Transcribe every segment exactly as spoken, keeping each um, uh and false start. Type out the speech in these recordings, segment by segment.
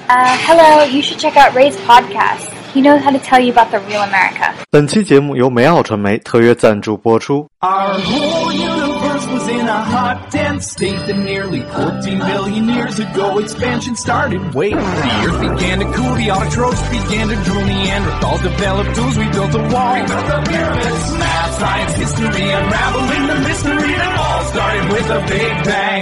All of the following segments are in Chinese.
Uh, hello, you should check out Ray's podcast. He knows how to tell you about the real America. 本期节目由美好传媒特约赞助播出。 Our whole universe was in a hot, dense state that nearly fourteen billion years ago expansion started. Wait, the earth began to cool, the autotrophs began to drool, Neanderthals developed tools, we built a wall. We built the pyramids. Math, science, history, unraveling the mystery that all started with a big bang.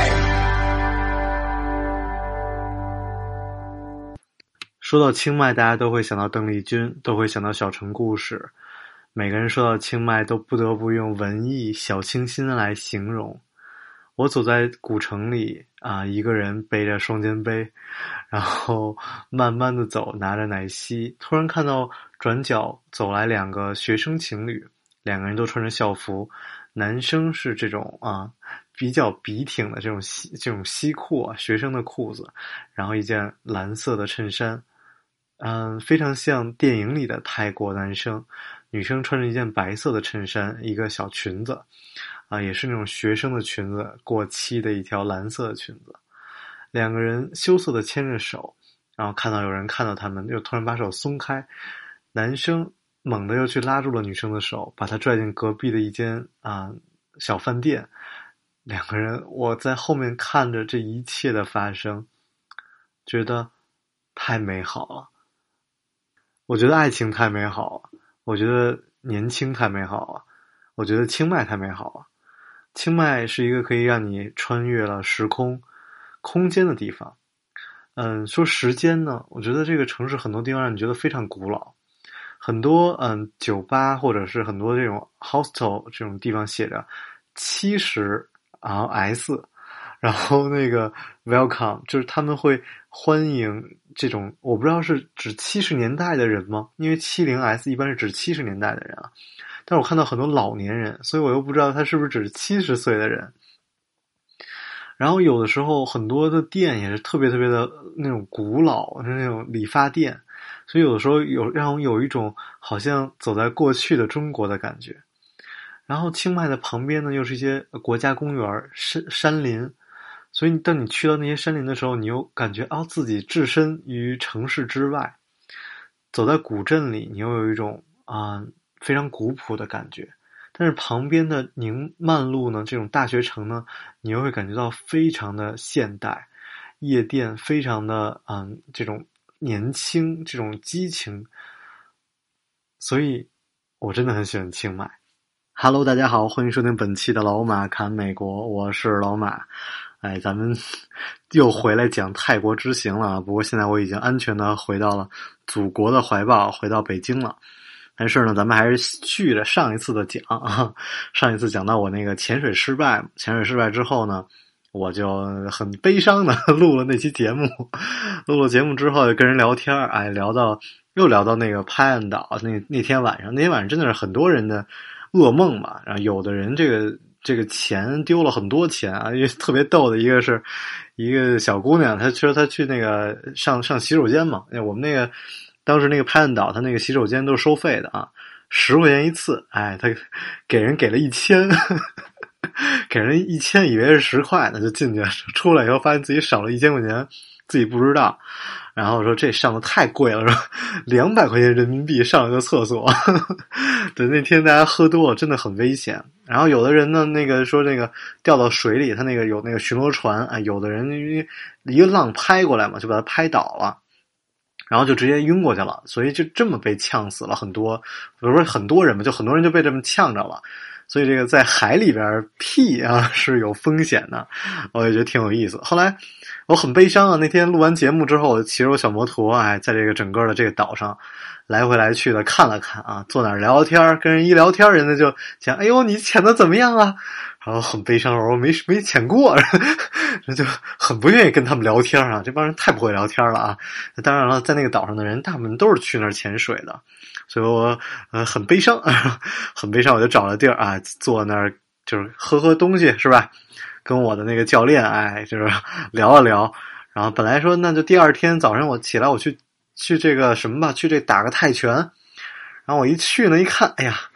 说到清迈，大家都会想到邓丽君，都会想到小城故事。每个人说到清迈都不得不用文艺小清新来形容。我走在古城里啊，一个人背着双肩背，然后慢慢的走，拿着奶昔，突然看到转角走来两个学生情侣，两个人都穿着校服，男生是这种啊比较笔挺的这种西这种西裤啊，学生的裤子，然后一件蓝色的衬衫。嗯，非常像电影里的泰国男生，女生穿着一件白色的衬衫，一个小裙子，啊，也是那种学生的裙子，过膝的一条蓝色的裙子。两个人羞涩的牵着手，然后看到有人看到他们，又突然把手松开，男生猛地又去拉住了女生的手，把她拽进隔壁的一间啊小饭店。两个人，我在后面看着这一切的发生，觉得太美好了。我觉得爱情太美好了，我觉得年轻太美好了，我觉得清迈太美好了。清迈是一个可以让你穿越了时空、空间的地方。嗯，说时间呢，我觉得这个城市很多地方让你觉得非常古老，很多嗯酒吧或者是很多这种 hostel 这种地方写着七十，然后 S。然后那个 welcome 就是他们会欢迎这种，我不知道是指七十年代的人吗？因为 七十 S 一般是指七十年代的人啊，但是我看到很多老年人，所以我又不知道他是不是指七十岁的人。然后有的时候很多的店也是特别特别的那种古老，是那种理发店，所以有的时候有让我有一种好像走在过去的中国的感觉。然后清迈的旁边呢又是一些国家公园、山山林。所以当你去到那些山林的时候，你又感觉哦自己置身于城市之外，走在古镇里，你又有一种啊、呃、非常古朴的感觉。但是旁边的宁曼路呢，这种大学城呢，你又会感觉到非常的现代，夜店非常的嗯、呃、这种年轻，这种激情。所以我真的很喜欢清迈。Hello， 大家好，欢迎收听本期的老马侃美国，我是老马。哎，咱们又回来讲泰国之行了，不过现在我已经安全的回到了祖国的怀抱，回到北京了。但是呢，咱们还是续着上一次的讲啊，上一次讲到我那个潜水失败，潜水失败之后呢，我就很悲伤的录了那期节目，录了节目之后就跟人聊天，哎，聊到又聊到那个拍案岛，那那天晚上，那天晚上真的是很多人的噩梦嘛，然后有的人这个。这个钱丢了很多钱啊！因为特别逗的一个是，一个小姑娘，她说她去那个上上洗手间嘛。我们那个当时那个拍案岛，她那个洗手间都是收费的啊，十块钱一次。哎，她给人给了一千，给人一千，以为是十块呢，就进去了。出来以后发现自己少了一千块钱，自己不知道。然后说这上的太贵了，说两百块钱人民币上了个厕所。对，那天大家喝多了，真的很危险。然后有的人呢，那个说那个掉到水里，他那个有那个巡逻船啊，有的人因为一个浪拍过来嘛，就把他拍倒了，然后就直接晕过去了，所以就这么被呛死了很多，不是很多人嘛，就很多人就被这么呛着了。所以这个在海里边屁啊是有风险的，我也觉得挺有意思。后来我很悲伤啊，那天录完节目之后，我骑着我小摩托，哎，在这个整个的这个岛上来回来去的看了看啊，坐那儿聊聊天，跟人一聊天，人家就讲，哎呦，你潜的怎么样啊？然后很悲伤，我说没没潜过，人就很不愿意跟他们聊天啊，这帮人太不会聊天了啊。当然了，在那个岛上的人大部分都是去那儿潜水的。所以我呃很悲伤，很悲伤，我就找了地儿啊，坐那儿就是喝喝东西，是吧？跟我的那个教练，哎，就是聊了聊。然后本来说那就第二天早上我起来我去去这个什么吧，去这打个泰拳。然后我一去呢，一看，哎呀，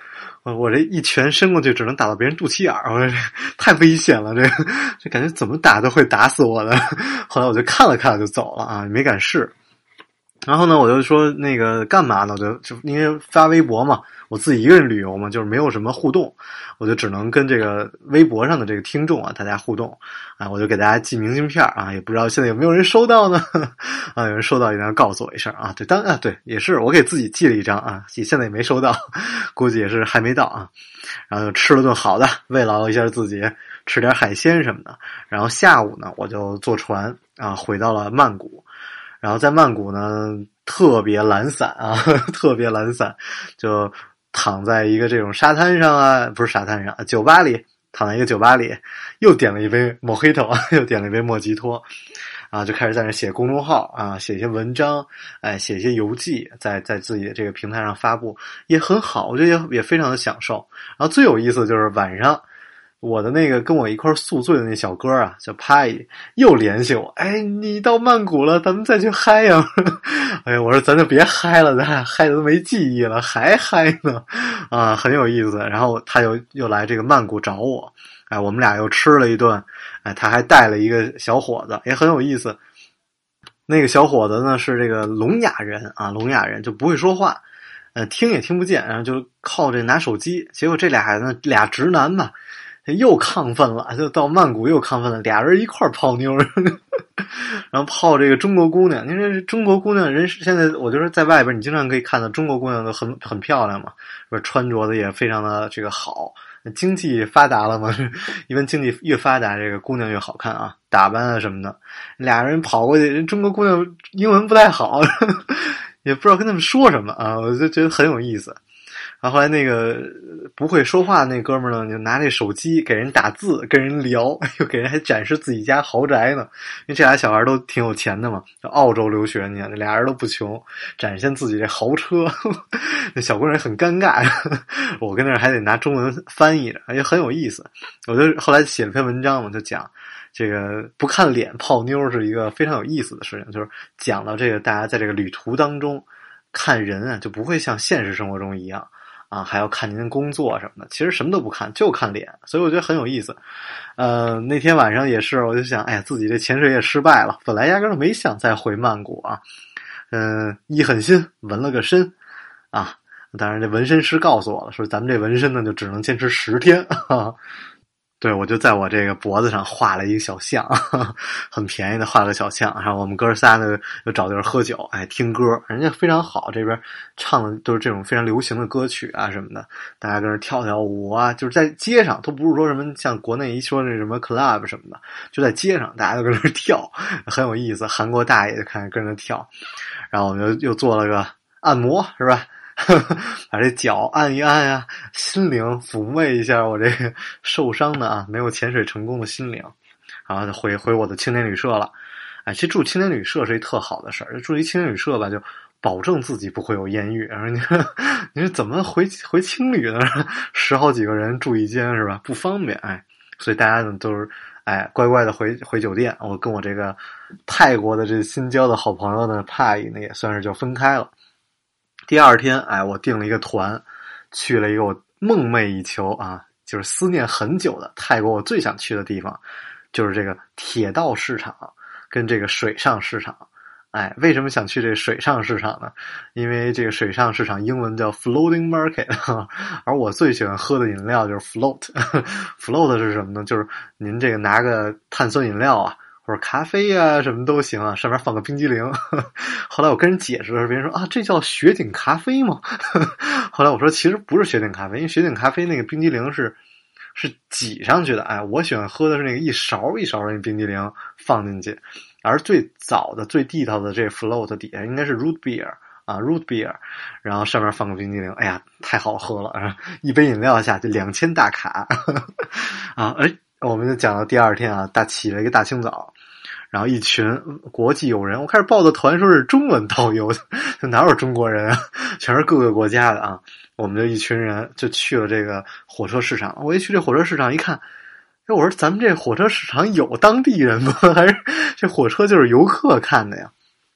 我这一拳伸过去只能打到别人肚脐眼儿，我这太危险了，这个这感觉怎么打都会打死我的。后来我就看了看就走了啊，没敢试。然后呢，我就说那个干嘛呢？我就就因为发微博嘛，我自己一个人旅游嘛，就是没有什么互动，我就只能跟这个微博上的这个听众啊，大家互动啊，我就给大家寄明信片啊，也不知道现在有没有人收到呢？啊，有人收到一定要告诉我一声啊。对，当啊对，也是我给自己寄了一张啊，现在也没收到，估计也是还没到啊。然后就吃了顿好的，慰劳一下自己，吃点海鲜什么的。然后下午呢，我就坐船啊，回到了曼谷。然后在曼谷呢，特别懒散啊，特别懒散，就躺在一个这种沙滩上啊，不是沙滩上，酒吧里，躺在一个酒吧里，又点了一杯 Mojito， 又点了一杯莫吉托，啊，就开始在那写公众号啊，写一些文章，哎，写一些游记，在在自己的这个平台上发布，也很好，我觉得也也非常的享受。然后最有意思的就是晚上。我的那个跟我一块宿醉的那小哥啊，叫派又联系我，哎，你到曼谷了，咱们再去嗨呀！哎，我说咱就别嗨了，咱俩嗨的都没记忆了，还嗨呢，啊，很有意思。然后他又又来这个曼谷找我，哎，我们俩又吃了一顿，哎，他还带了一个小伙子，也很有意思。那个小伙子呢是这个聋哑人啊，聋哑人就不会说话，呃，听也听不见，然后就靠这拿手机。结果这俩孩子俩直男嘛。又亢奋了，就到曼谷又亢奋了，俩人一块泡妞，然后泡这个中国姑娘。你说中国姑娘人现在，我就说在外边，你经常可以看到中国姑娘都很很漂亮嘛，是穿着的也非常的这个好，经济发达了嘛，一般经济越发达，这个姑娘越好看啊，打扮啊什么的。俩人跑过去，人中国姑娘英文不太好，也不知道跟他们说什么啊，我就觉得很有意思。然后后来那个不会说话那哥们儿呢，就拿那手机给人打字，跟人聊，又给人还展示自己家豪宅呢。因为这俩小孩都挺有钱的嘛，就澳洲留学，你看这俩人都不穷，展现自己这豪车。那小姑娘很尴尬，我跟那儿还得拿中文翻译着，也很有意思。我就后来写了篇文章嘛，就讲这个不看脸泡妞是一个非常有意思的事情，就是讲到这个大家在这个旅途当中看人啊，就不会像现实生活中一样。啊，还要看您的工作什么的，其实什么都不看，就看脸，所以我觉得很有意思。呃，那天晚上也是，我就想，哎呀，自己这潜水也失败了，本来压根儿没想再回曼谷啊。嗯、呃，一狠心纹了个身啊，当然这纹身师告诉我了，说咱们这纹身呢就只能坚持十天。啊对，我就在我这个脖子上画了一个小像，呵呵很便宜的画了个小像。然后我们哥仨呢又找地儿喝酒，哎，听歌，人家非常好，这边唱的都是这种非常流行的歌曲啊什么的，大家跟那跳跳舞啊，就是在街上，都不是说什么像国内一说那什么 club 什么的，就在街上，大家都跟那跳，很有意思。韩国大爷就看跟着跳，然后我们又又做了个按摩，是吧？把这脚按一按呀、啊，心灵抚慰一下我这个受伤的啊，没有潜水成功的心灵，然后就回回我的青年旅社了。哎，其实住青年旅社是一特好的事儿，住一青年旅社吧，就保证自己不会有艳遇。然后你说你说怎么回回青旅呢？十好几个人住一间是吧？不方便哎，所以大家呢都是哎乖乖的回回酒店。我跟我这个泰国的这新交的好朋友呢，派呢也算是就分开了。第二天，哎，我订了一个团，去了一个我梦寐以求啊，就是思念很久的泰国我最想去的地方，就是这个铁道市场跟这个水上市场。哎，为什么想去这个水上市场呢？因为这个水上市场英文叫 floating market， 而我最喜欢喝的饮料就是 float。float 是什么呢？就是您这个拿个碳酸饮料啊，或者咖啡啊，什么都行啊，上面放个冰激凌。后来我跟人解释的时候，别人说啊，这叫雪顶咖啡吗？后来我说其实不是雪顶咖啡，因为雪顶咖啡那个冰激凌是是挤上去的。哎，我喜欢喝的是那个一勺一勺的那冰激凌放进去。而最早的最地道的这 float 底下应该是 root beer 啊 root beer， 然后上面放个冰激凌，哎呀，太好喝了啊！一杯饮料下去两千大卡啊！哎，我们就讲到第二天啊，大起了一个大清早，然后一群国际友人，我开始报的团说是中文导游，就哪有中国人啊，全是各个国家的啊！我们就一群人就去了这个火车市场。我一去这火车市场一看。哎，我说咱们这火车市场有当地人吗？还是这火车就是游客看的呀？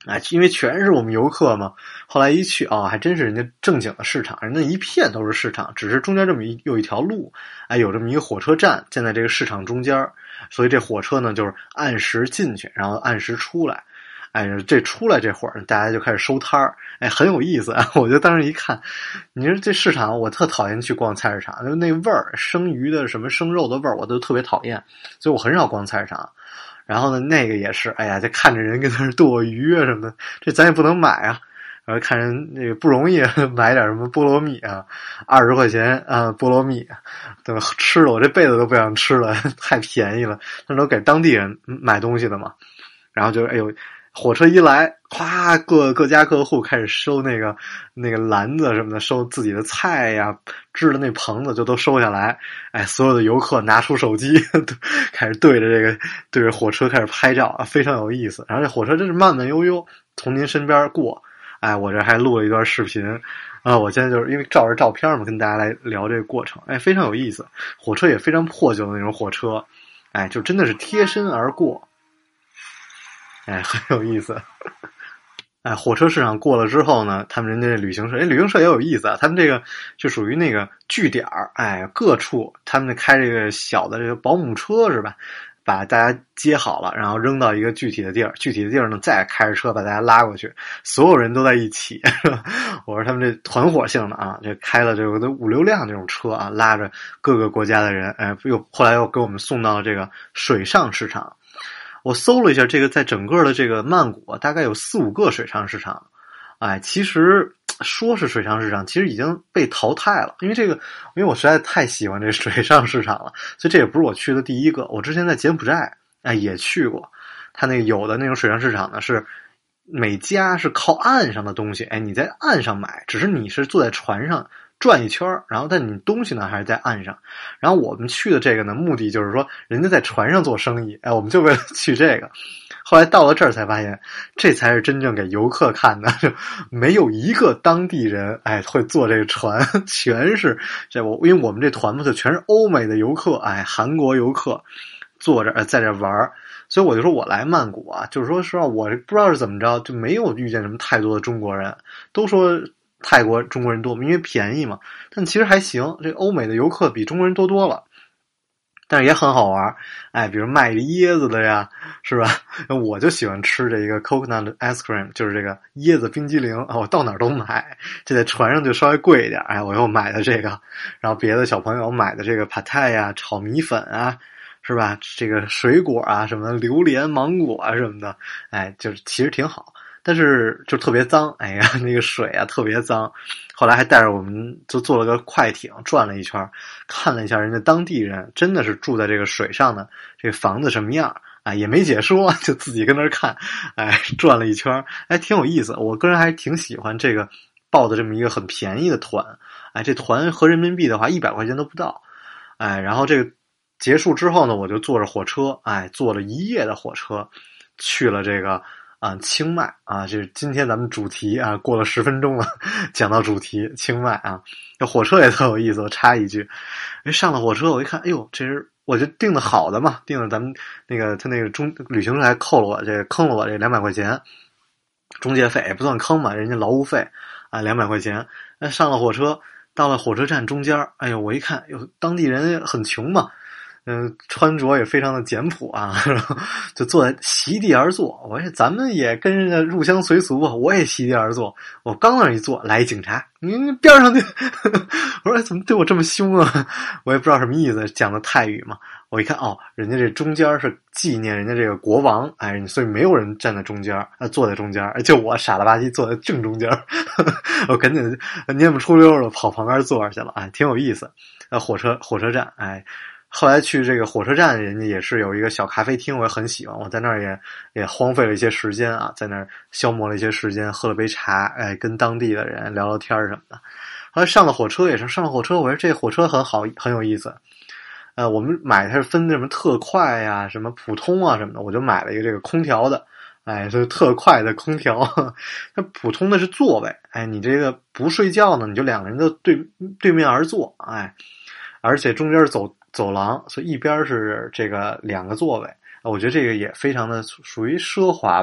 哎，因为全是我们游客嘛，后来一去哦，还真是人家正经的市场，人家一片都是市场，只是中间这么一有一条路，哎，有这么一个火车站建在这个市场中间，所以这火车呢就是按时进去，然后按时出来。哎，这出来这会儿，大家就开始收摊儿，哎，很有意思啊！我就当时一看，你说这市场，我特讨厌去逛菜市场，就那味儿，生鱼的什么生肉的味儿，我都特别讨厌，所以我很少逛菜市场。然后呢，那个也是，哎呀，就看着人跟那儿剁鱼啊什么的，这咱也不能买啊。然后看人那个不容易买点什么菠萝米啊，二十块钱啊菠萝米，对吧？吃了我这辈子都不想吃了，太便宜了，那都给当地人买东西的嘛。然后就哎呦。火车一来，咵，各各家各户开始收那个那个篮子什么的，收自己的菜呀，支的那棚子就都收下来。哎，所有的游客拿出手机，开始对着这个对着火车开始拍照啊，非常有意思。然后这火车真是慢慢悠悠从您身边过。哎，我这还录了一段视频啊，我现在就是因为照着照片嘛，跟大家来聊这个过程。哎，非常有意思。火车也非常破旧的那种火车，哎，就真的是贴身而过。哎，很有意思。哎，火车市场过了之后呢，他们人家旅行社，哎，旅行社也有意思啊。他们这个就属于那个据点儿，哎，各处他们开这个小的这个保姆车是吧？把大家接好了，然后扔到一个具体的地儿，具体的地儿呢，再开着车把大家拉过去，所有人都在一起。我说他们这团伙性的啊，这开了这个都五六辆这种车啊，拉着各个国家的人，哎，又后来又给我们送到了这个水上市场。我搜了一下，这个在整个的这个曼谷大概有四五个水上市场，哎，其实说是水上市场，其实已经被淘汰了，因为这个，因为我实在太喜欢这水上市场了，所以这也不是我去的第一个。我之前在柬埔寨，哎，也去过，它那个有的那种水上市场呢，是每家是靠岸上的东西，哎，你在岸上买，只是你是坐在船上转一圈，然后但你东西呢还是在岸上。然后我们去的这个呢，目的就是说人家在船上做生意，哎，我们就为了去这个。后来到了这儿才发现，这才是真正给游客看的，就没有一个当地人哎会坐这个船，全是这我因为我们这团嘛就全是欧美的游客，哎，韩国游客坐着在这玩，所以我就说我来曼谷啊，就是说实话我不知道是怎么着，就没有遇见什么太多的中国人，都说泰国中国人多，因为便宜嘛，但其实还行，这欧美的游客比中国人多多了。但是也很好玩，哎，比如卖椰子的呀，是吧？我就喜欢吃这个 coconut ice cream， 就是这个椰子冰激凌，我到哪儿都买。这在船上就稍微贵一点，哎，我又买的这个，然后别的小朋友买的这个 pad thai 呀、炒米粉啊，是吧？这个水果啊，什么榴莲、芒果啊什么的，哎，就是其实挺好。但是就特别脏，哎呀，那个水啊特别脏。后来还带着我们就坐了个快艇转了一圈，看了一下人家当地人真的是住在这个水上的这个房子什么样，哎，也没解说，就自己跟那儿看，哎，转了一圈，哎，挺有意思。我个人还挺喜欢这个报的这么一个很便宜的团，哎，这团合人民币的话一百块钱都不到，哎，然后这个结束之后呢，我就坐着火车，哎，坐了一夜的火车去了这个。啊，清迈啊，这是今天咱们主题啊，过了十分钟了，讲到主题清迈啊，这火车也特有意思。我插一句，哎，上了火车我一看，哎呦，这是我就订的好的嘛，订了咱们那个他那个中旅行社还扣了我这个坑了我这两百块钱中介费，也不算坑嘛，人家劳务费啊，两百块钱。哎，上了火车，到了火车站中间，哎呦，我一看，哟，当地人很穷嘛。嗯，穿着也非常的简朴啊，然后就坐在席地而坐。我说咱们也跟人家入乡随俗啊，我也席地而坐。我刚那一坐，来一警察，您边上去。我说怎么对我这么凶啊？我也不知道什么意思，讲的泰语嘛。我一看哦，人家这中间是纪念人家这个国王，哎，所以没有人站在中间，呃，坐在中间，就我傻了吧唧坐在正中间。我赶紧蔫不出溜的跑旁边坐着去了，哎，挺有意思。呃，火车火车站，哎。后来去这个火车站，人家也是有一个小咖啡厅，我也很喜欢。我在那儿也也荒废了一些时间啊，在那儿消磨了一些时间，喝了杯茶，哎，跟当地的人聊聊天什么的。后来上了火车也是上了火车，我说这火车很好，很有意思。呃，我们买它是分什么特快呀、什么普通啊什么的，我就买了一个这个空调的，哎，就是特快的空调。它普通的是座位，哎，你这个不睡觉呢，你就两个人就对对面而坐，哎，而且中间走。走廊，所以一边是这个两个座位，我觉得这个也非常的属于奢华吧，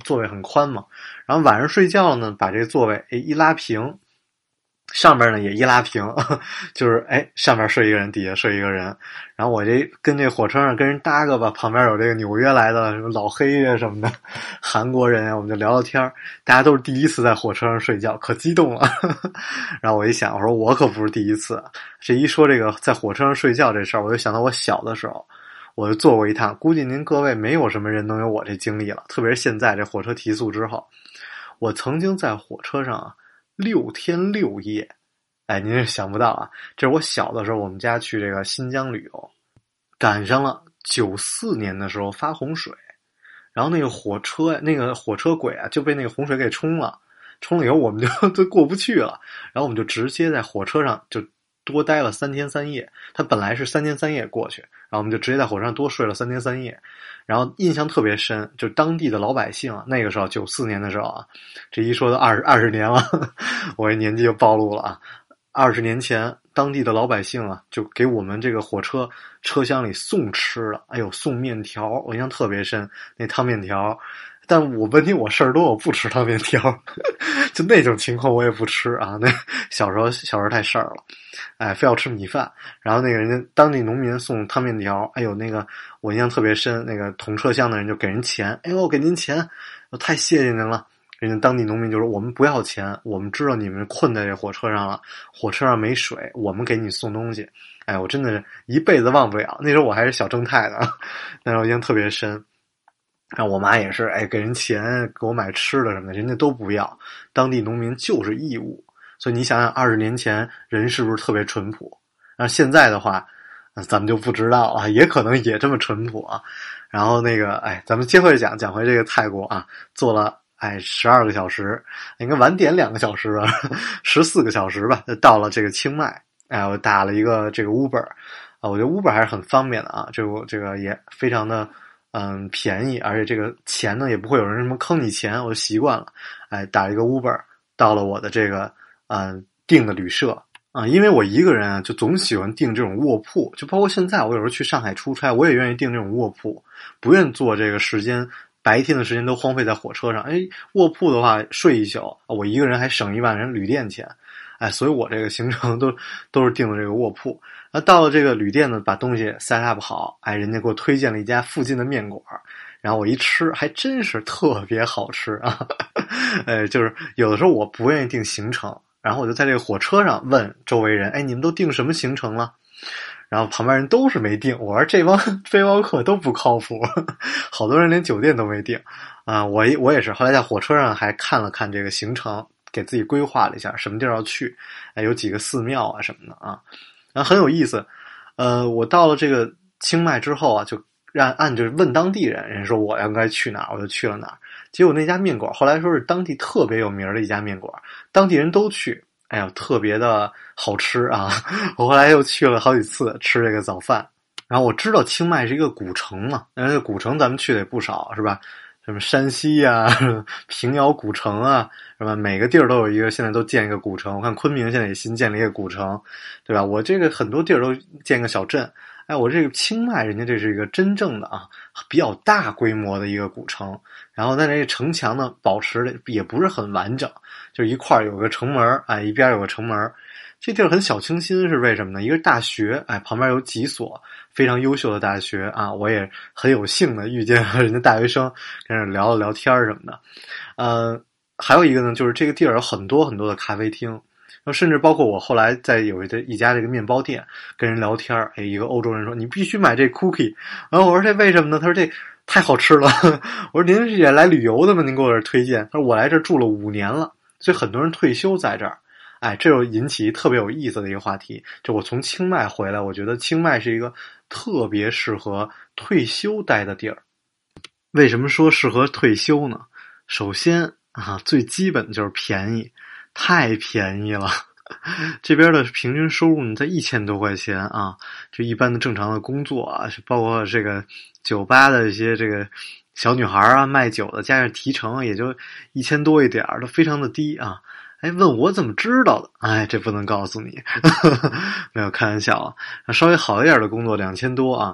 座位很宽嘛。然后晚上睡觉呢，把这个座位哎一拉平，上边呢也一拉平，就是哎上边睡一个人，底下睡一个人。然后我这跟这火车上跟人搭个吧，旁边有这个纽约来的什么老黑呀什么的韩国人啊，我们就聊聊天，大家都是第一次在火车上睡觉，可激动了。然后我一想，我说我可不是第一次。这一说这个在火车上睡觉这事儿，我就想到我小的时候，我就坐过一趟，估计您各位没有什么人能有我这经历了，特别是现在这火车提速之后，我曾经在火车上啊六天六夜。哎，您是想不到啊，这是我小的时候，我们家去这个新疆旅游，赶上了九四年的时候发洪水，然后那个火车那个火车轨啊就被那个洪水给冲了，冲了以后我们就都过不去了，然后我们就直接在火车上就多待了三天三夜。它本来是三天三夜过去，然后我们就直接在火车上多睡了三天三夜。然后印象特别深，就当地的老百姓啊，那个时候九四年的时候啊，这一说都二十二十年了，我这年纪就暴露了啊。二十年前，当地的老百姓啊，就给我们这个火车车厢里送吃的，哎呦，送面条，我印象特别深，那汤面条。但我问题我事儿多，我不吃汤面条，就那种情况我也不吃啊。那小时候小时候太事儿了，哎，非要吃米饭。然后那个人家当地农民送汤面条，哎呦，那个我印象特别深，那个同车厢的人就给人钱，哎呦，给您钱，我太谢谢您了。人家当地农民就说，我们不要钱，我们知道你们困在这火车上了，火车上没水，我们给你送东西。哎，我真的是一辈子忘不了，那时候我还是小正太呢，那时候印象特别深。然后我妈也是，哎，给人钱给我买吃的什么的，人家都不要，当地农民就是义务。所以你想想二十年前人是不是特别淳朴，然后现在的话咱们就不知道啊，也可能也这么淳朴啊。然后那个哎，咱们接回讲讲回这个泰国啊，坐了哎，十二个小时，应该晚点两个小时吧，十四个小时吧，就到了这个清迈。哎，我打了一个这个 Uber， 啊，我觉得 Uber 还是很方便的啊，这个这个也非常的嗯便宜，而且这个钱呢也不会有人什么坑你钱，我就习惯了。哎，打一个 Uber 到了我的这个嗯订的旅社啊，因为我一个人啊，就总喜欢订这种卧铺，就包括现在我有时候去上海出差，我也愿意订这种卧铺，不愿做这个时间。白天的时间都荒废在火车上，哎，卧铺的话睡一宿，我一个人还省一万人旅店钱，哎，所以我这个行程都都是订的这个卧铺。那到了这个旅店呢，把东西 set up 好，哎，人家给我推荐了一家附近的面馆，然后我一吃，还真是特别好吃啊！哎，就是有的时候我不愿意定行程，然后我就在这个火车上问周围人，哎，你们都定什么行程了？然后旁边人都是没订，我说这帮背包客都不靠谱，好多人连酒店都没订啊！我我也是，后来在火车上还看了看这个行程，给自己规划了一下什么地儿要去，哎，有几个寺庙啊什么的啊，然后很有意思。呃，我到了这个清迈之后啊，就让按着问当地人，人说我应该去哪儿，我就去了哪儿。结果那家面馆后来说是当地特别有名的一家面馆，当地人都去。哎呀，特别的好吃啊！我后来又去了好几次吃这个早饭。然后我知道清迈是一个古城嘛，那这古城咱们去的也不少，是吧？什么山西呀、啊、平遥古城啊，是吧？每个地儿都有一个，现在都建一个古城。我看昆明现在也新建了一个古城，对吧？我这个很多地儿都建个小镇。哎，我这个清迈人家这是一个真正的啊比较大规模的一个古城，然后在这个城墙呢保持的也不是很完整，就一块有个城门，哎，一边有个城门。这地儿很小清新是为什么呢？一个大学，哎，旁边有几所非常优秀的大学啊，我也很有幸的遇见了人家大学生，跟人聊了聊天什么的。呃，还有一个呢，就是这个地儿有很多很多的咖啡厅。甚至包括我后来在有一个一家这个面包店跟人聊天，哎，一个欧洲人说你必须买这 cookie， 然后我说这为什么呢？他说这太好吃了。我说您是也来旅游的吗？您给我这推荐。他说我来这住了五年了，所以很多人退休在这儿。哎，这就引起特别有意思的一个话题。就我从清迈回来，我觉得清迈是一个特别适合退休待的地儿。为什么说适合退休呢？首先啊，最基本就是便宜。太便宜了，这边的平均收入呢在一千多块钱啊，就一般的正常的工作啊，包括这个酒吧的一些这个小女孩啊，卖酒的加上提成也就一千多一点，都非常的低啊。哎，问我怎么知道的？哎，这不能告诉你，没有开玩笑啊。稍微好一点的工作两千多啊，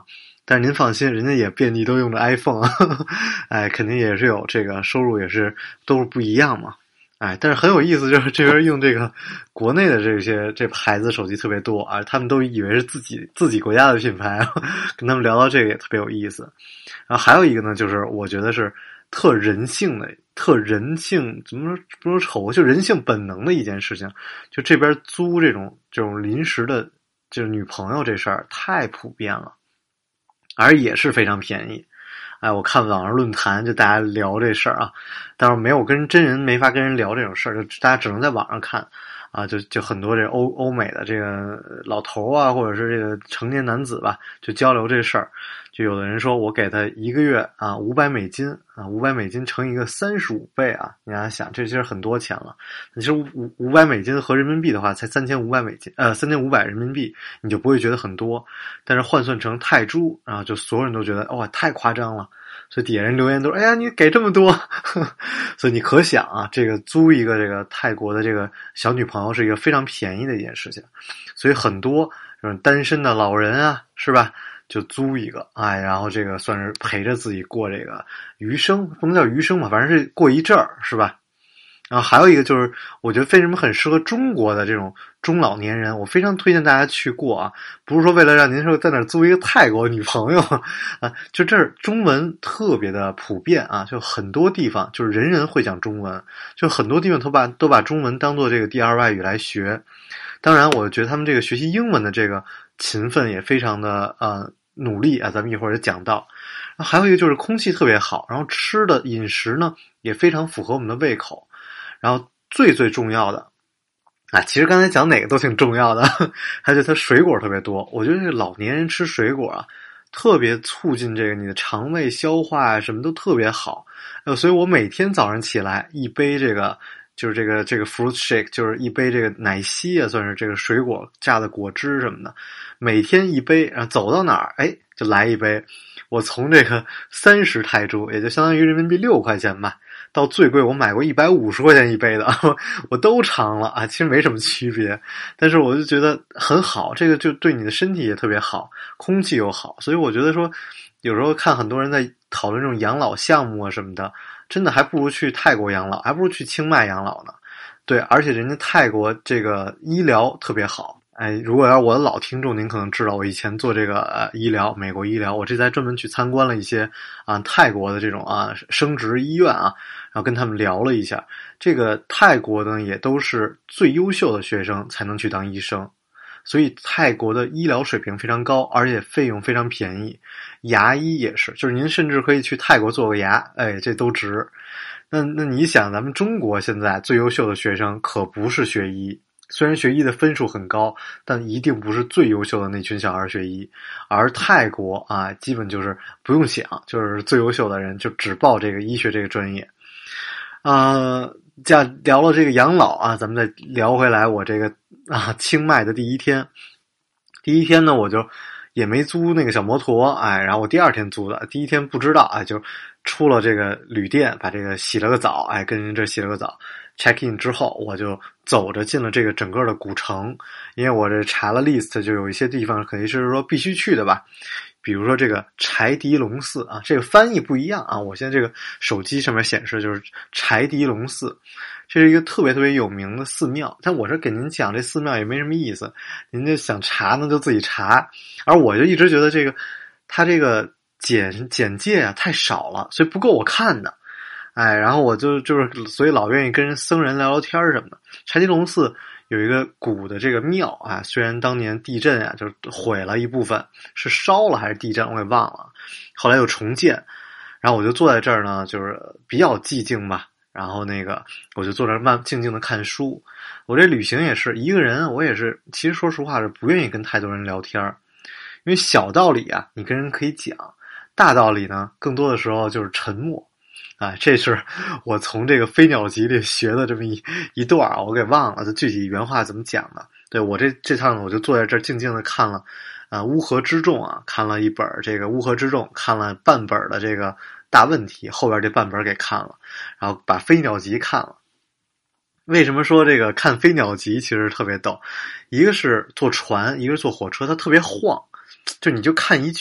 但是您放心，人家也遍地都用着 iPhone 啊，哎，肯定也是有这个收入，也是都是不一样嘛。哎，但是很有意思，就是这边用这个国内的这些这牌子手机特别多啊，他们都以为是自己自己国家的品牌，跟他们聊到这个也特别有意思。然后还有一个呢，就是我觉得是特人性的、特人性怎么说不说丑，就人性本能的一件事情。就这边租这种这种临时的，就是女朋友这事儿太普遍了，而也是非常便宜。哎，我看网上论坛就大家聊这事儿啊，但是没有跟真人，没法跟人聊这种事儿，就大家只能在网上看啊，就就很多这欧欧美的这个老头啊，或者是这个成年男子吧，就交流这事儿。就有的人说我给他一个月啊五百美金啊，五百美金乘一个三十五倍啊，你想想这其实很多钱了。其实五五百美金合人民币的话，才三千五百美金，呃三千五百人民币，你就不会觉得很多。但是换算成泰铢，然后就所有人都觉得哇太夸张了。所以底下人留言都说：“哎呀，你给这么多！”所以你可想啊，这个租一个这个泰国的这个小女朋友是一个非常便宜的一件事情。所以很多这种单身的老人啊，是吧？就租一个，哎，然后这个算是陪着自己过这个余生，不能叫余生吧，反正是过一阵儿，是吧？然后还有一个就是，我觉得为什么很适合中国的这种中老年人，我非常推荐大家去过啊，不是说为了让您说在那儿租一个泰国女朋友啊，就这儿中文特别的普遍啊，就很多地方就是人人会讲中文，就很多地方都把都把中文当做这个第二外语来学。当然，我觉得他们这个学习英文的这个勤奋也非常的呃努力啊，咱们一会儿也讲到。然后还有一个就是空气特别好，然后吃的饮食呢也非常符合我们的胃口。然后最最重要的啊，其实刚才讲哪个都挺重要的，还有它水果特别多。我觉得这个老年人吃水果啊，特别促进这个你的肠胃消化啊，什么都特别好。呃，所以我每天早上起来一杯这个就是这个这个 fruit shake， 就是一杯这个奶昔啊，算是这个水果榨的果汁什么的，每天一杯，然后走到哪儿，哎，就来一杯。我从这个三十泰铢，也就相当于人民币六块钱吧，到最贵我买过一百五十块钱一杯的，我都尝了啊，其实没什么区别，但是我就觉得很好，这个就对你的身体也特别好，空气又好，所以我觉得说，有时候看很多人在讨论这种养老项目啊什么的，真的还不如去泰国养老，还不如去清迈养老呢。对，而且人家泰国这个医疗特别好。哎，如果要是我的老听众，您可能知道我以前做这个呃医疗，美国医疗，我这才专门去参观了一些啊泰国的这种啊生殖医院啊，然后跟他们聊了一下，这个泰国呢也都是最优秀的学生才能去当医生，所以泰国的医疗水平非常高，而且费用非常便宜，牙医也是，就是您甚至可以去泰国做个牙，哎，这都值。那那你想，咱们中国现在最优秀的学生可不是学医。虽然学医的分数很高，但一定不是最优秀的那群小孩学医，而泰国啊，基本就是不用想，就是最优秀的人就只报这个医学这个专业。啊，这样聊了这个养老啊，咱们再聊回来我这个啊清迈的第一天。第一天呢，我就也没租那个小摩托，哎，然后我第二天租的，第一天不知道，哎，就出了这个旅店，把这个洗了个澡，哎，跟人这洗了个澡。check in 之后，我就走着进了这个整个的古城，因为我这查了 list， 就有一些地方肯定是说必须去的吧，比如说这个柴迪龙寺啊，这个翻译不一样啊，我现在这个手机上面显示就是柴迪龙寺，这是一个特别特别有名的寺庙，但我这给您讲这寺庙也没什么意思，您就想查呢就自己查，而我就一直觉得这个它这个简简介啊太少了，所以不够我看的。哎，然后我就就是所以老愿意跟人僧人聊聊天什么的。柴迪龙寺有一个古的这个庙啊，虽然当年地震啊就毁了一部分，是烧了还是地震我也忘了，后来又重建。然后我就坐在这儿呢，就是比较寂静吧，然后那个我就坐这儿慢静静的看书。我这旅行也是一个人，我也是其实说实话是不愿意跟太多人聊天，因为小道理啊你跟人可以讲，大道理呢更多的时候就是沉默。啊，这是我从这个飞鸟集里学的这么一一段啊，我给忘了，这具体原话怎么讲的。对，我这这趟呢，我就坐在这儿静静的看了，啊，乌合之众啊，看了一本这个乌合之众，看了半本的这个大问题，后边这半本给看了，然后把飞鸟集看了。为什么说这个看飞鸟集其实特别逗？一个是坐船，一个是坐火车，它特别晃，就你就看一句。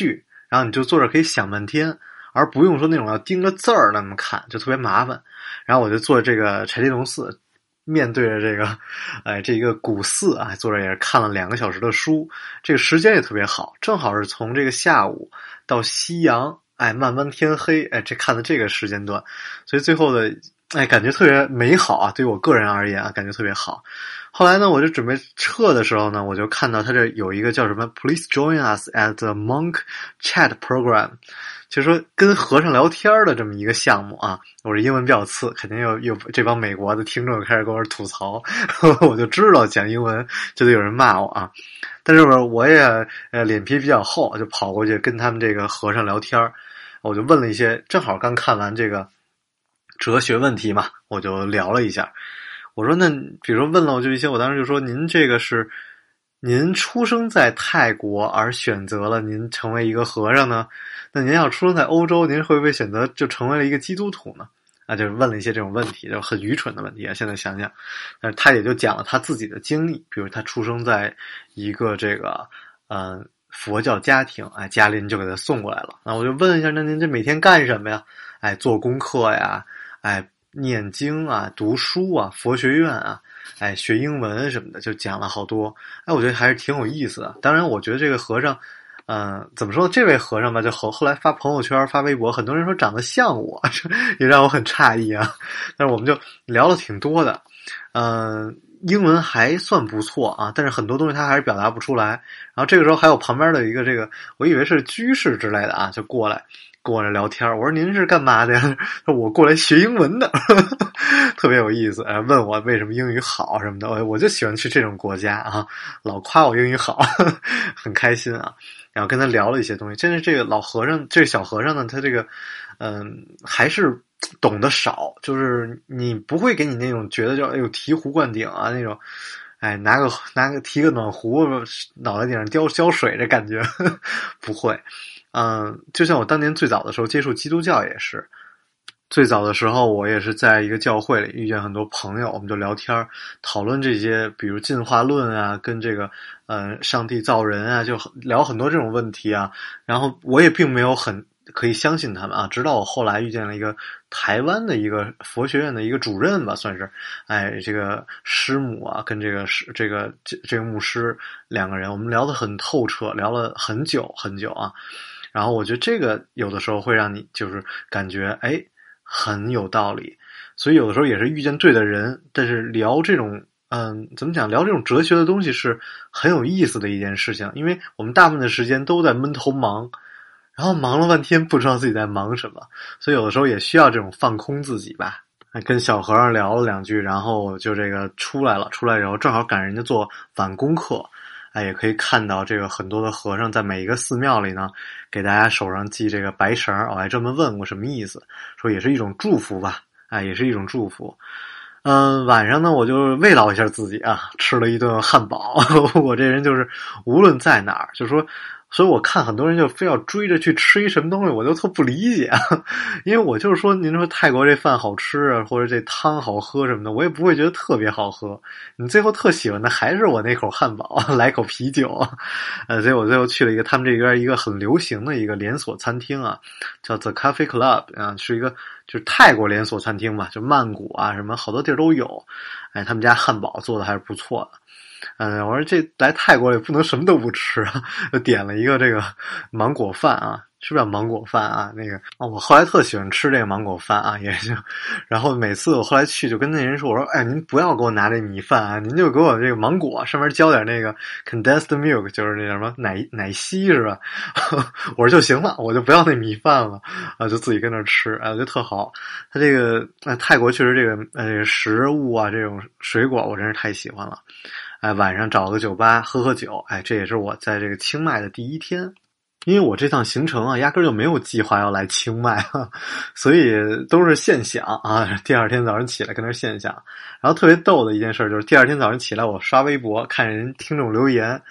然后你就坐着可以想半天，而不用说那种要盯着字儿那么看，就特别麻烦。然后我就坐这个柴迪龙寺，面对着这个，哎，这一个古寺啊，坐着也是看了两个小时的书，这个时间也特别好，正好是从这个下午到夕阳，哎，慢慢天黑，哎，这看的这个时间段，所以最后的，哎，感觉特别美好啊，对于我个人而言啊，感觉特别好。后来呢，我就准备撤的时候呢，我就看到他这有一个叫什么 Please join us at the monk chat program， 就是说跟和尚聊天的这么一个项目啊。我这英文比较次，肯定又又这帮美国的听众开始跟我吐槽，我就知道讲英文就得有人骂我啊。但是我也呃脸皮比较厚，就跑过去跟他们这个和尚聊天，我就问了一些，正好刚看完这个哲学问题嘛，我就聊了一下。我说那比如说问了我就一些，我当时就说您这个是您出生在泰国而选择了您成为一个和尚呢？那您要出生在欧洲，您会不会选择就成为了一个基督徒呢？啊，就是问了一些这种问题，就很愚蠢的问题啊。现在想想，但是他也就讲了他自己的经历，比如他出生在一个这个呃佛教家庭，哎，家里人就给他送过来了。那我就问一下，那您这每天干什么呀？哎，做功课呀，哎。念经啊，读书啊，佛学院啊，哎，学英文什么的，就讲了好多。哎，我觉得还是挺有意思的。当然，我觉得这个和尚，嗯、呃，怎么说？这位和尚吧，就后后来发朋友圈、发微博，很多人说长得像我，也让我很诧异啊。但是我们就聊了挺多的，嗯、呃，英文还算不错啊，但是很多东西他还是表达不出来。然后这个时候还有旁边的一个这个，我以为是居士之类的啊，就过来。跟我这聊天，我说您是干嘛的呀？我过来学英文的，特别有意思。哎，问我为什么英语好什么的，我就喜欢去这种国家啊，老夸我英语好，很开心啊。然后跟他聊了一些东西，真是这个老和尚，这个小和尚呢，他这个嗯还是懂得少，就是你不会给你那种觉得叫哎呦醍醐灌顶啊那种。哎，拿个拿个提个暖壶，脑袋顶上浇浇水这感觉不会。嗯，就像我当年最早的时候接触基督教也是，最早的时候我也是在一个教会里遇见很多朋友，我们就聊天讨论这些，比如进化论啊，跟这个呃上帝造人啊，就聊很多这种问题啊。然后我也并没有很可以相信他们啊，直到我后来遇见了一个台湾的一个佛学院的一个主任吧，算是，哎，这个师母啊，跟这个师这个这个牧师两个人，我们聊得很透彻，聊了很久很久啊。然后我觉得这个有的时候会让你就是感觉哎很有道理，所以有的时候也是遇见对的人，但是聊这种嗯怎么讲聊这种哲学的东西是很有意思的一件事情，因为我们大部分的时间都在闷头忙，然后忙了半天不知道自己在忙什么，所以有的时候也需要这种放空自己吧。跟小和尚聊了两句，然后就这个出来了，出来以后正好赶人家做晚功课。哎，也可以看到这个很多的和尚在每一个寺庙里呢，给大家手上系这个白绳。我还这么问过什么意思，说也是一种祝福吧，哎，也是一种祝福。嗯，晚上呢，我就慰劳一下自己啊，吃了一顿汉堡。我这人就是无论在哪儿，就说。所以我看很多人就非要追着去吃一什么东西，我就特不理解啊。因为我就是说，您说泰国这饭好吃啊，或者这汤好喝什么的，我也不会觉得特别好喝。你最后特喜欢的还是我那口汉堡，来口啤酒。呃，所以我最后去了一个他们这边一个很流行的一个连锁餐厅啊，叫 The Coffee Club 啊，是一个就是泰国连锁餐厅吧，就曼谷啊什么好多地儿都有。哎，他们家汉堡做的还是不错的。嗯，我说这来泰国也不能什么都不吃啊，就点了一个这个芒果饭啊，是不是叫芒果饭啊？那个哦，我后来特喜欢吃这个芒果饭啊，也就，然后每次我后来去就跟那人说，我说哎，您不要给我拿这米饭啊，您就给我这个芒果，上面浇点那个 condensed milk， 就是那什么奶奶昔是吧？我说就行了，我就不要那米饭了啊，就自己跟那吃，哎，我觉得特好。他这个哎，泰国确实这个呃食物啊，这种水果我真是太喜欢了。哎，晚上找个酒吧喝喝酒，哎，这也是我在这个清迈的第一天。因为我这趟行程啊，压根儿就没有计划要来清迈啊，所以都是现想啊。第二天早上起来跟那现想，然后特别逗的一件事就是，第二天早上起来我刷微博看人听众留言，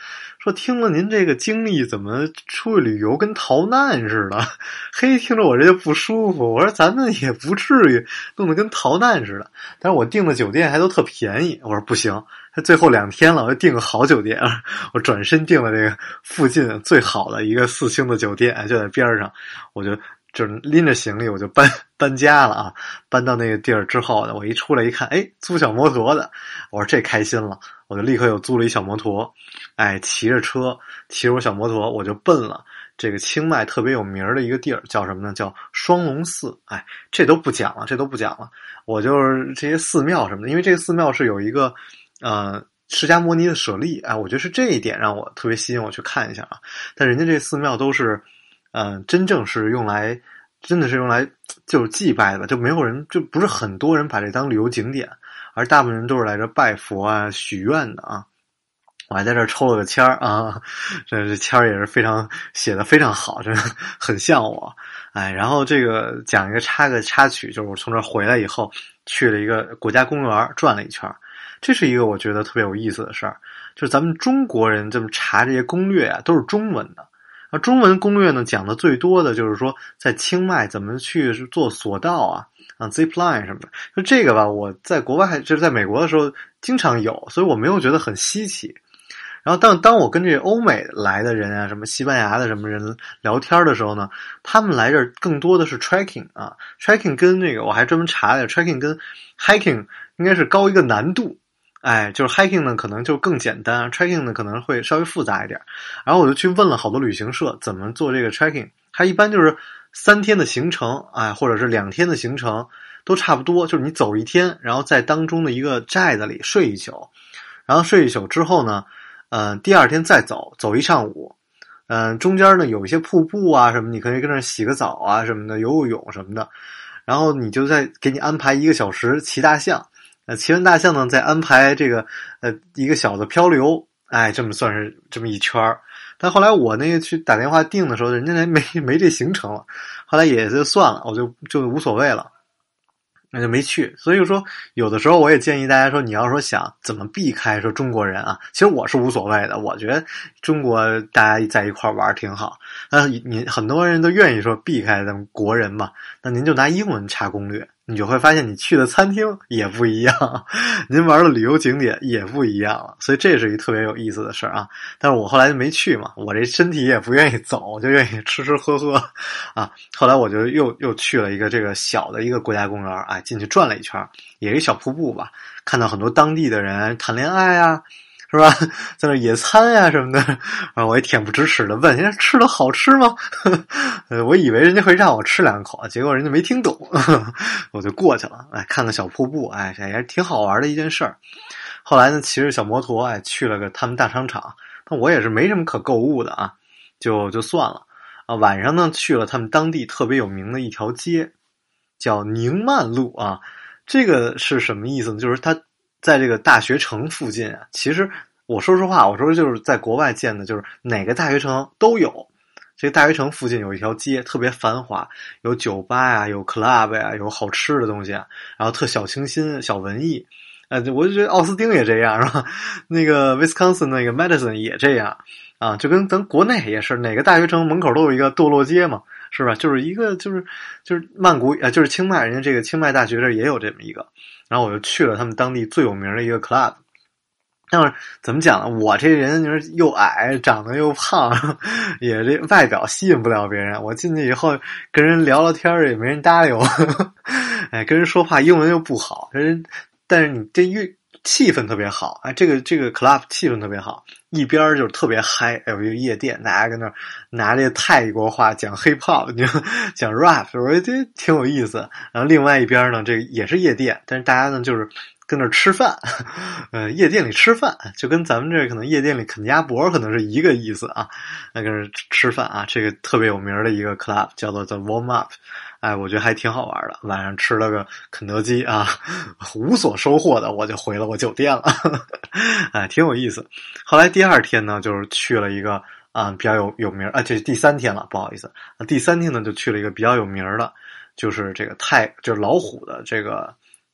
说听了您这个经历，怎么出去旅游跟逃难似的？嘿，听着我这就不舒服。我说咱们也不至于弄得跟逃难似的。但是我订的酒店还都特便宜。我说不行，最后两天了，我就订个好酒店。我转身订了这个附近最好的一个四星的酒店，就在边上。我就就是拎着行李，我就搬搬家了啊。搬到那个地儿之后呢，我一出来一看，哎，租小摩托的。我说这开心了，我就立刻又租了一小摩托。哎，骑着车，骑着我小摩托，我就奔了这个清迈特别有名的一个地儿，叫什么呢？叫双龙寺。哎，这都不讲了，这都不讲了。我就是这些寺庙什么的，因为这个寺庙是有一个呃释迦摩尼的舍利，哎，我觉得是这一点让我特别吸引我去看一下啊。但人家这寺庙都是，呃，真正是用来，真的是用来就是祭拜的，就没有人，就不是很多人把这当旅游景点，而大部分人都是来这拜佛啊、许愿的啊。我还在这儿抽了个签儿啊，这这签儿也是非常写的非常好，真的很像我。哎，然后这个讲一个插个插曲，就是我从这儿回来以后去了一个国家公园转了一圈，这是一个我觉得特别有意思的事儿，就是咱们中国人这么查这些攻略啊，都是中文的。而中文攻略呢，讲的最多的就是说在清迈怎么去做索道啊。啊 ，zipline 什么的，就这个吧，我在国外就是在美国的时候经常有，所以我没有觉得很稀奇。然后当当我跟这个欧美来的人啊，什么西班牙的什么人聊天的时候呢，他们来这儿更多的是 trekking 啊 ，trekking 跟这个我还专门查了 ，trekking 跟 hiking 应该是高一个难度，哎，就是 hiking 呢可能就更简单 ，trekking 呢可能会稍微复杂一点。然后我就去问了好多旅行社怎么做这个 trekking， 它一般就是三天的行程，哎，或者是两天的行程都差不多，就是你走一天，然后在当中的一个寨子里睡一宿，然后睡一宿之后呢。呃，第二天再走，走一上午，嗯、呃，中间呢有一些瀑布啊什么，你可以跟那儿洗个澡啊什么的，游游泳什么的，然后你就再给你安排一个小时骑大象，呃，骑完大象呢再安排这个呃一个小的漂流，哎，这么算是这么一圈儿。但后来我那个去打电话订的时候，人家还没没这行程了，后来也就算了，我就就无所谓了。那就没去，所以说有的时候我也建议大家说，你要说想怎么避开说中国人啊，其实我是无所谓的，我觉得中国大家在一块玩挺好。但是你很多人都愿意说避开咱们国人嘛，那您就拿英文查攻略，你就会发现你去的餐厅也不一样，您玩的旅游景点也不一样了，所以这是一特别有意思的事儿啊。但是我后来就没去嘛，我这身体也不愿意走，我就愿意吃吃喝喝啊。后来我就又又去了一个这个小的一个国家公园，哎，进去转了一圈，也是一小瀑布吧，看到很多当地的人谈恋爱啊，是吧，在那野餐啊什么的，然后我也恬不知耻的问人家吃的好吃吗？呃，我以为人家会让我吃两口，结果人家没听懂，我就过去了，哎，看看小瀑布，哎，也是挺好玩的一件事儿。后来呢，骑着小摩托，哎，去了个他们大商场，但我也是没什么可购物的啊，就就算了啊。晚上呢，去了他们当地特别有名的一条街，叫宁曼路啊。这个是什么意思呢？就是它在这个大学城附近啊。其实我说实话，我说就是在国外见的，就是哪个大学城都有。这个大学城附近有一条街特别繁华，有酒吧呀、啊，有 club 呀、啊，有好吃的东西啊，然后特小清新、小文艺。呃，我就觉得奥斯汀也这样，是吧？那个 Wisconsin 那个 Madison 也这样啊，就跟咱国内也是，哪个大学城门口都有一个堕落街嘛，是吧？就是一个就是就是曼谷啊，就是清迈，人家这个清迈大学这也有这么一个。然后我就去了他们当地最有名的一个 club。但是怎么讲呢？我这人就是又矮，长得又胖，也这外表吸引不了别人。我进去以后跟人聊聊天也没人搭理我，哎，跟人说话英文又不好，人。但是你这乐气氛特别好，哎，这个这个 club 气氛特别好，一边就是特别嗨，有一个夜店，大家跟那儿拿这个泰国话讲 hip hop， 讲 rap， 我觉得这挺有意思。然后另外一边呢，这个也是夜店，但是大家呢就是跟那儿吃饭，呃，夜店里吃饭，就跟咱们这可能夜店里啃鸭脖可能是一个意思啊，那跟那儿吃饭啊，这个特别有名的一个 club 叫做 The Warm Up。哎，我觉得还挺好玩的。晚上吃了个肯德基啊，无所收获的，我就回了我酒店了。哎，挺有意思。后来第二天呢，就是去了一个啊、呃、比较有有名啊，这是第三天了，不好意思。啊，第三天呢就去了一个比较有名的，就是这个泰，就是老虎的这个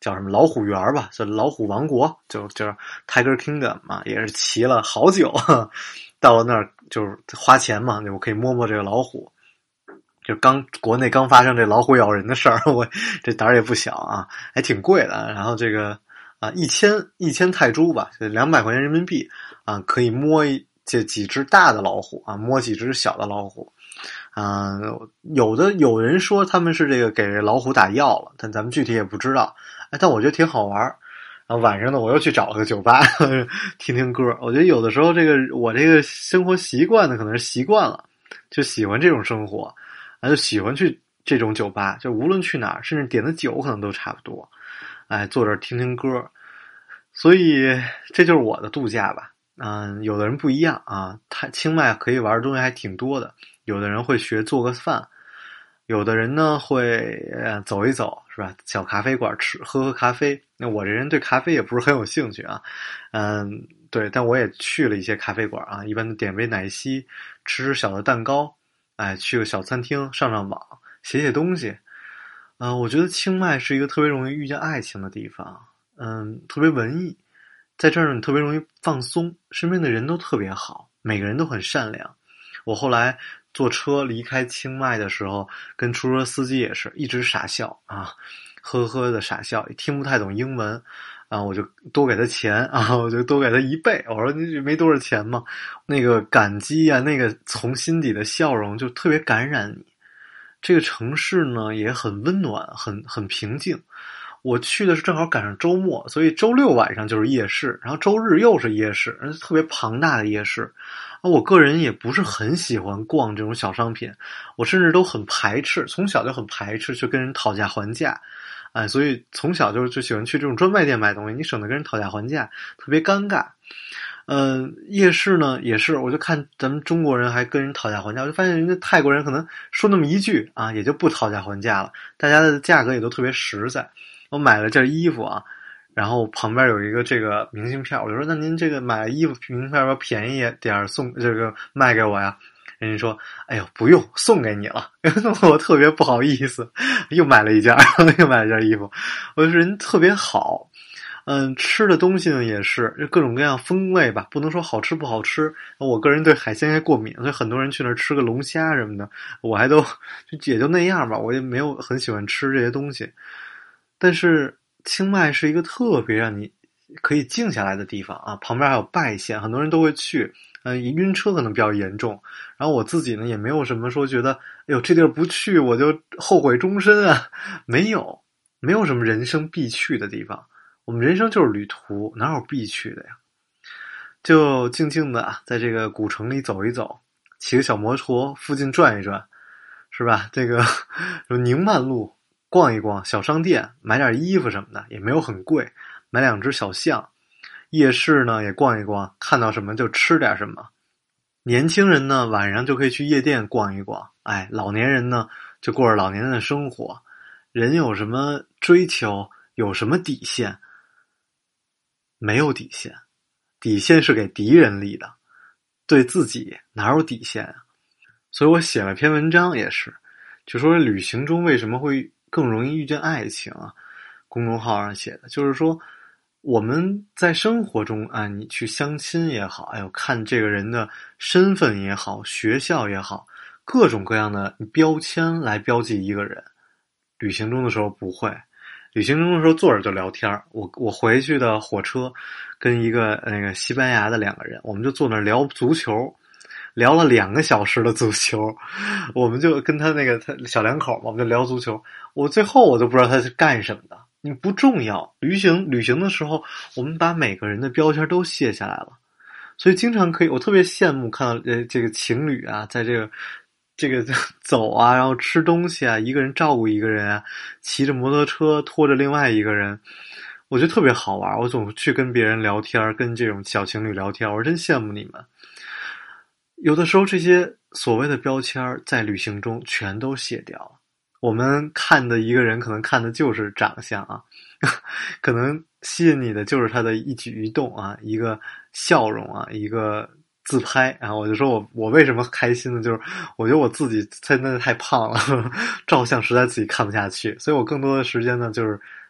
叫什么老虎园吧，叫老虎王国，就就是 Tiger Kingdom 嘛，也是骑了好久，到了那儿就是花钱嘛，我可以摸摸这个老虎。就刚国内刚发生这老虎咬人的事儿，我这胆儿也不小啊，还挺贵的。然后这个啊，一千一千泰铢吧，就两百块钱人民币啊，可以摸一这几只大的老虎啊，摸几只小的老虎。啊、呃，有的有人说他们是这个给老虎打药了，但咱们具体也不知道。哎，但我觉得挺好玩。然后晚上呢，我又去找了个酒吧呵呵听听歌。我觉得有的时候这个我这个生活习惯呢，可能是习惯了，就喜欢这种生活，啊，就喜欢去这种酒吧，就无论去哪儿，甚至点的酒可能都差不多。哎，坐这儿听听歌，所以这就是我的度假吧。嗯，有的人不一样啊，他清迈可以玩的东西还挺多的。有的人会学做个饭，有的人呢会呃走一走，是吧？小咖啡馆吃喝喝咖啡。那我这人对咖啡也不是很有兴趣啊，嗯，对，但我也去了一些咖啡馆啊，一般都点杯奶昔，吃吃小的蛋糕，哎，去个小餐厅上上网，写写东西。嗯、呃，我觉得清迈是一个特别容易遇见爱情的地方，嗯，特别文艺，在这儿你特别容易放松，身边的人都特别好，每个人都很善良。我后来坐车离开清迈的时候，跟出租车司机也是一直傻笑啊，呵呵的傻笑，也听不太懂英文啊，我就多给他钱啊，我就多给他一倍。我说你没多少钱嘛，那个感激啊，那个从心底的笑容就特别感染你。这个城市呢也很温暖，很很平静。我去的是正好赶上周末，所以周六晚上就是夜市，然后周日又是夜市，特别庞大的夜市。我个人也不是很喜欢逛这种小商品，我甚至都很排斥，从小就很排斥去跟人讨价还价，哎，所以从小就就喜欢去这种专卖店买东西，你省得跟人讨价还价，特别尴尬。嗯、呃，夜市呢也是，我就看咱们中国人还跟人讨价还价，我就发现人家泰国人可能说那么一句啊，也就不讨价还价了，大家的价格也都特别实在。我买了件衣服啊，然后旁边有一个这个明信片，我就说那您这个买衣服明信片要不要便宜点送这个卖给我呀？人家说哎呦不用，送给你了。弄得我特别不好意思，又买了一件又买了一件衣服。我说人特别好。嗯，吃的东西呢也是各种各样风味吧，不能说好吃不好吃。我个人对海鲜还过敏，所以很多人去那儿吃个龙虾什么的，我还都就也就那样吧，我也没有很喜欢吃这些东西。但是清迈是一个特别让你可以静下来的地方啊，旁边还有拜县，很多人都会去。呃，晕车可能比较严重，然后我自己呢也没有什么说觉得，哎呦这地儿不去我就后悔终身啊，没有，没有什么人生必去的地方。我们人生就是旅途，哪有必去的呀？就静静的在这个古城里走一走，骑个小摩托附近转一转，是吧？这个宁曼路逛一逛，小商店买点衣服什么的也没有很贵，买两只小象。夜市呢也逛一逛，看到什么就吃点什么。年轻人呢晚上就可以去夜店逛一逛，哎，老年人呢就过着老年人的生活。人有什么追求，有什么底线？没有底线，底线是给敌人立的，对自己哪有底线啊？所以我写了篇文章也是，就说旅行中为什么会更容易遇见爱情啊？公众号上写的，就是说我们在生活中啊，你去相亲也好，哎呦，看这个人的身份也好，学校也好，各种各样的标签来标记一个人。旅行中的时候不会，旅行中的时候坐着就聊天。我我回去的火车跟一个那个西班牙的两个人，我们就坐那聊足球，聊了两个小时的足球。我们就跟他那个他小两口嘛，我们就聊足球。我最后我都不知道他是干什么的。你不重要，旅行旅行的时候，我们把每个人的标签都卸下来了，所以经常可以，我特别羡慕看到呃这个情侣啊，在这个这个走啊，然后吃东西啊，一个人照顾一个人啊，骑着摩托车拖着另外一个人，我觉得特别好玩。我总去跟别人聊天，跟这种小情侣聊天，我真羡慕你们。有的时候这些所谓的标签在旅行中全都卸掉了。我们看的一个人可能看的就是长相啊，可能吸引你的就是他的一举一动啊，一个笑容啊，一个自拍啊。我就说我我为什么开心呢？就是我觉得我自己真的太胖了，照相实在自己看不下去，所以我更多的时间呢就是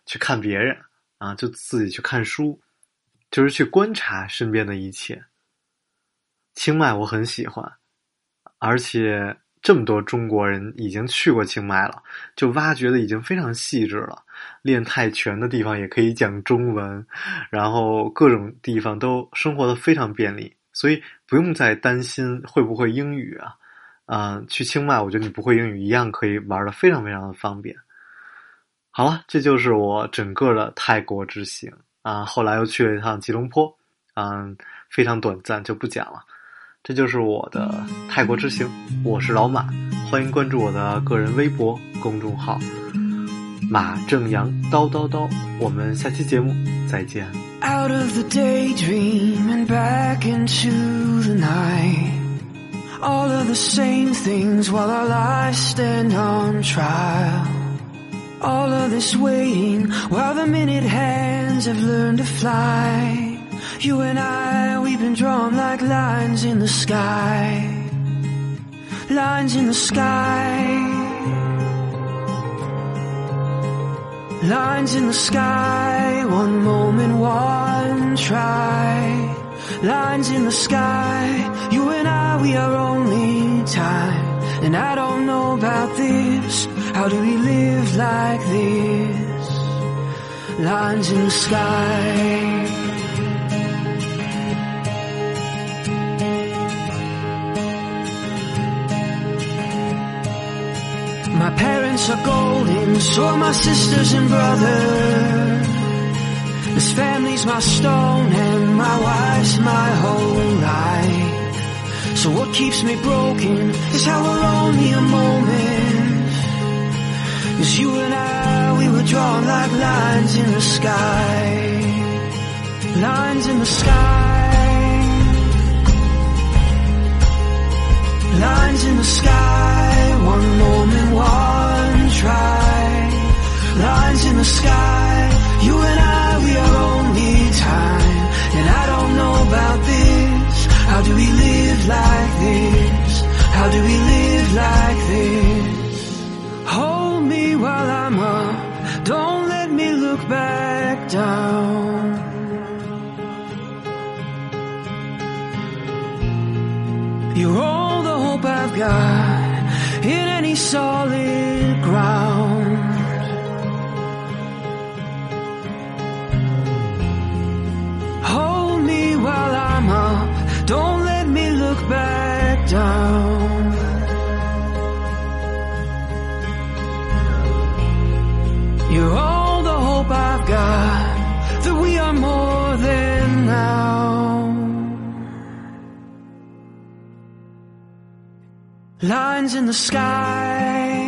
去看别人啊，就自己去看书，就是去观察身边的一切。清迈我很喜欢，而且这么多中国人已经去过清迈了，就挖掘的已经非常细致了。练泰拳的地方也可以讲中文，然后各种地方都生活的非常便利，所以不用再担心会不会英语啊。呃，去清迈我觉得你不会英语一样可以玩的非常非常的方便。好了，这就是我整个的泰国之行啊。后来又去了一趟吉隆坡，嗯，非常短暂就不讲了。这就是我的泰国之行，我是老马，欢迎关注我的个人微博公众号马正阳叨叨叨，我们下期节目再见。 Out of the daydream and back into the night, all of the same things while our lives stand on trial. All of this waiting while the minute hands have learned to fly. You and I, we've been drawn like lines in the sky. Lines in the sky. Lines in the sky, one moment, one try. Lines in the sky, you and I, we are only time. And I don't know about this, how do we live like this? Lines in the sky. My parents are golden, so are my sisters and brothers. This family's my stone and my wife's my whole life. So what keeps me broken is how we're only a moment. 'Cause you and I, we were drawn like lines in the sky. Lines in the sky. Lines in the sky, one moment, one try. Lines in the sky, you and I, we are only time. And I don't know about this, how do we live like this? How do we live like this? Hold me while I'm up, don't let me look back down. You're all the hope I've got in any solid ground. Hold me while I'm up, don't let me look back down. You're all the hope I've got, that we are more than now. Lines in the sky.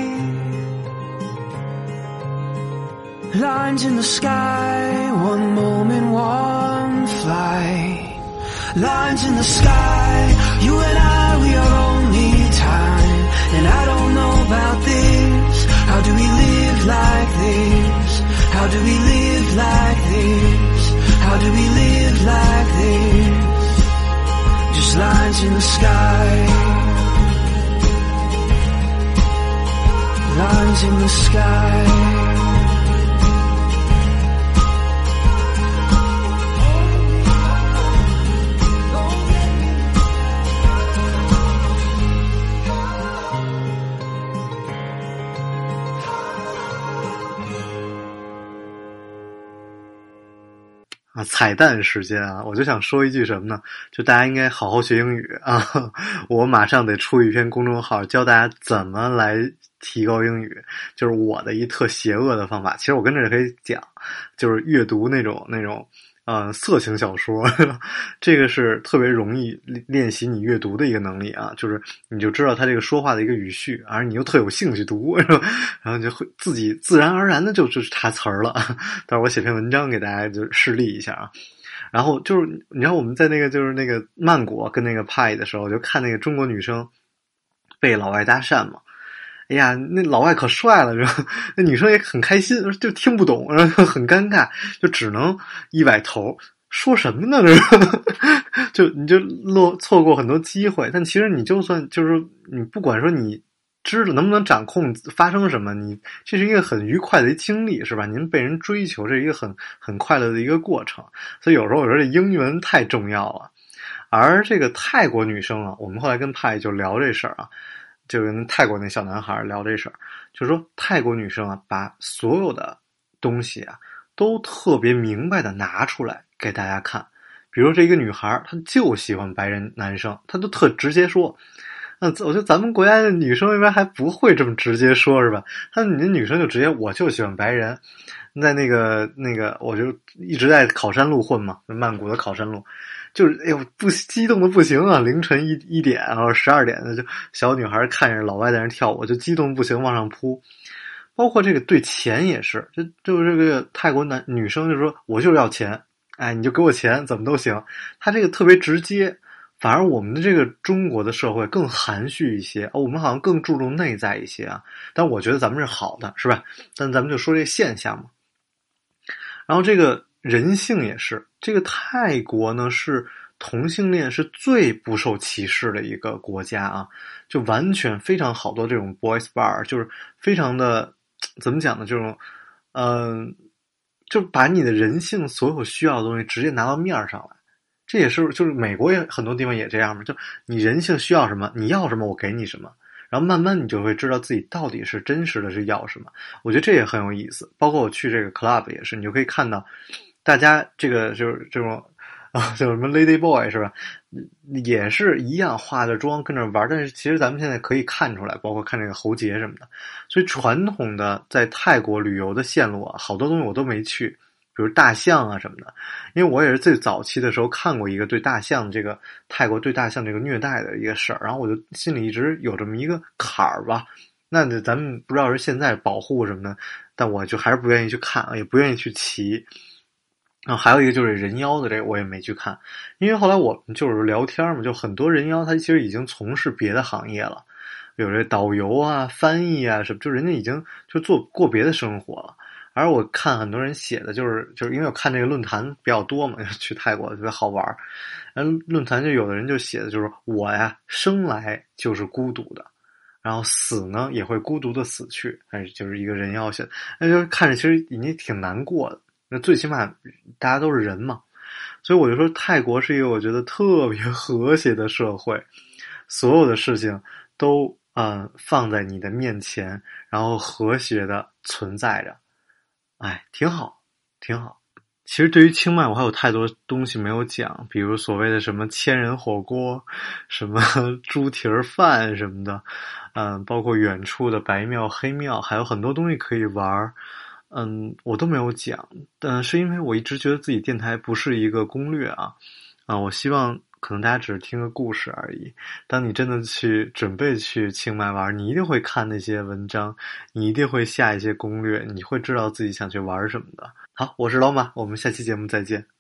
Lines in the sky, one moment, one flight. Lines in the sky, you and I, we are only time. And I don't know about this, how do we live like this? How do we live like this? How do we live like this? Just lines in the sky. Lines in the sky. 啊，彩蛋时间啊，我就想说一句什么呢？就大家应该好好学英语啊！我马上得出一篇公众号，教大家怎么来提高英语，就是我的一特邪恶的方法。其实我跟这儿可以讲，就是阅读那种那种呃色情小说，这个是特别容易练习你阅读的一个能力啊，就是你就知道他这个说话的一个语序，而你又特有兴趣读，然后你就会自己自然而然的就就是查词儿了。待会儿我写篇文章给大家就示例一下啊。然后就是你知道我们在那个就是那个曼谷跟那个派的时候，就看那个中国女生被老外搭讪嘛。哎呀，那老外可帅了，然后那女生也很开心，就听不懂，然后很尴尬，就只能一歪头，说什么呢？就你就落错过很多机会。但其实你就算就是说，你不管说你知道能不能掌控发生什么，你这是一个很愉快的一经历，是吧？您被人追求，这是一个很很快乐的一个过程。所以有时候我说这英文太重要了。而这个泰国女生啊，我们后来跟派就聊这事儿啊，就跟泰国那小男孩聊这事儿，就是说泰国女生啊，把所有的东西啊都特别明白的拿出来给大家看。比如这一个女孩，她就喜欢白人男生，她都特直接说。那我觉得咱们国家的女生一般还不会这么直接说，是吧？她你的女生就直接我就喜欢白人。在那个那个，我就一直在考山路混嘛，曼谷的考山路。就是哎呦，不激动的不行啊！凌晨一一点，然后十二点的，就小女孩看着老外在那跳舞，就激动不行，往上扑。包括这个对钱也是，就就是这个泰国男女生就说，我就是要钱，哎，你就给我钱，怎么都行。他这个特别直接，反而我们的这个中国的社会更含蓄一些，我们好像更注重内在一些啊。但我觉得咱们是好的，是吧？但咱们就说这现象嘛。然后这个人性也是，这个泰国呢是同性恋是最不受歧视的一个国家啊，就完全非常好多这种 boys bar， 就是非常的怎么讲呢？这种，嗯、呃，就把你的人性所有需要的东西直接拿到面上来。这也是就是美国也很多地方也这样嘛，就你人性需要什么，你要什么我给你什么。然后慢慢你就会知道自己到底是真实的是要什么，我觉得这也很有意思。包括我去这个 club 也是，你就可以看到大家这个就是这种啊，叫什么 lady boy 是吧？也是一样化着妆跟着玩，但是其实咱们现在可以看出来，包括看这个喉结什么的。所以传统的在泰国旅游的线路啊，好多东西我都没去。比如大象啊什么的，因为我也是最早期的时候看过一个对大象这个泰国对大象这个虐待的一个事儿，然后我就心里一直有这么一个坎儿吧。那咱们不知道是现在保护什么的，但我就还是不愿意去看，也不愿意去骑。然后还有一个就是人妖的这个我也没去看，因为后来我们就是聊天嘛，就很多人妖他其实已经从事别的行业了，有这导游啊、翻译啊什么，就人家已经就做过别的生活了。而我看很多人写的就是就是因为我看这个论坛比较多嘛，去泰国特别好玩。嗯，论坛就有的人就写的就是我呀生来就是孤独的，然后死呢也会孤独的死去，哎，就是一个人妖写的，那就看着其实已经挺难过的。那最起码大家都是人嘛，所以我就说泰国是一个我觉得特别和谐的社会，所有的事情都嗯放在你的面前，然后和谐的存在着。哎，挺好，挺好。其实对于清迈我还有太多东西没有讲，比如所谓的什么千人火锅，什么猪蹄儿饭什么的，嗯，包括远处的白庙黑庙，还有很多东西可以玩。嗯，我都没有讲，但是因为我一直觉得自己电台不是一个攻略啊，啊，我希望可能大家只是听个故事而已。当你真的去准备去清迈玩，你一定会看那些文章，你一定会下一些攻略，你会知道自己想去玩什么的。好，我是老马，我们下期节目再见。